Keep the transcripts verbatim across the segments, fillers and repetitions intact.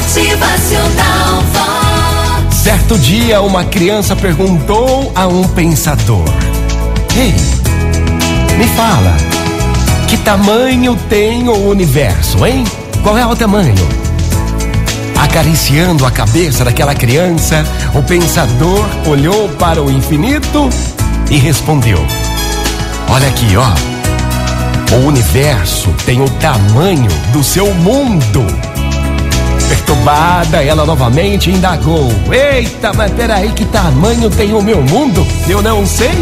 Motivacional Vox. Certo dia, uma criança perguntou a um pensador: Ei, me fala, que tamanho tem o universo, hein? Qual é o tamanho? Acariciando a cabeça daquela criança, o pensador olhou para o infinito e respondeu: Olha aqui, ó. O universo tem o tamanho do seu mundo. Perturbada, ela novamente indagou: Eita, mas peraí, que tamanho tem o meu mundo? Eu não sei.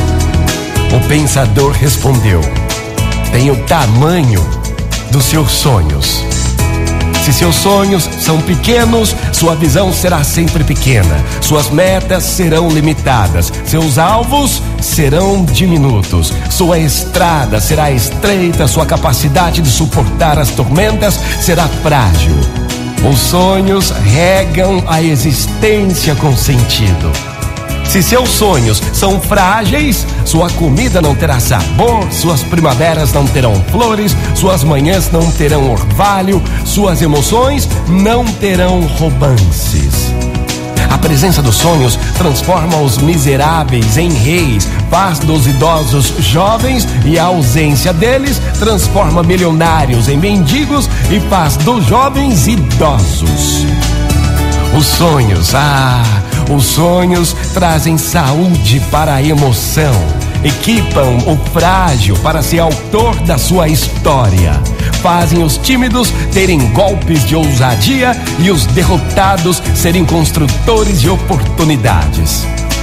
O pensador respondeu: Tem o tamanho dos seus sonhos. Se seus sonhos são pequenos, sua visão será sempre pequena. Suas metas serão limitadas. Seus alvos serão diminutos. Sua estrada será estreita. Sua capacidade de suportar as tormentas será frágil. Os sonhos regam a existência com sentido. Se seus sonhos são frágeis, sua comida não terá sabor, suas primaveras não terão flores, suas manhãs não terão orvalho, suas emoções não terão romances. A presença dos sonhos transforma os miseráveis em reis, faz dos idosos jovens e a ausência deles transforma milionários em mendigos e faz dos jovens idosos. Os sonhos, ah, os sonhos trazem saúde para a emoção, equipam o frágil para ser autor da sua história, fazem os tímidos terem golpes de ousadia e os derrotados serem construtores de oportunidades.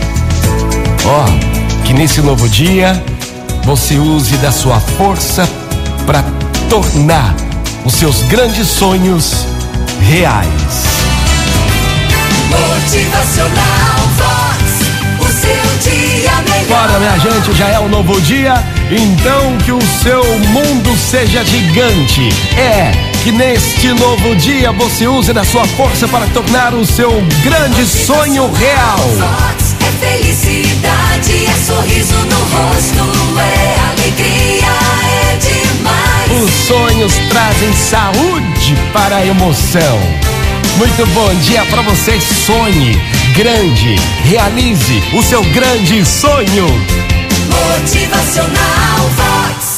Ó, oh, que nesse novo dia você use da sua força para tornar os seus grandes sonhos reais. Motivacional Vox, o seu dia melhor. Bora, minha gente, já é um novo dia, então que o seu mundo seja gigante. É, que neste novo dia você use da sua força para tornar o seu grande sonho real. Vox é felicidade, é sorriso no rosto, é alegria, é demais. Os sonhos trazem saúde para a emoção. Muito bom dia para você. Sonhe grande, realize o seu grande sonho. Motivacional Vox.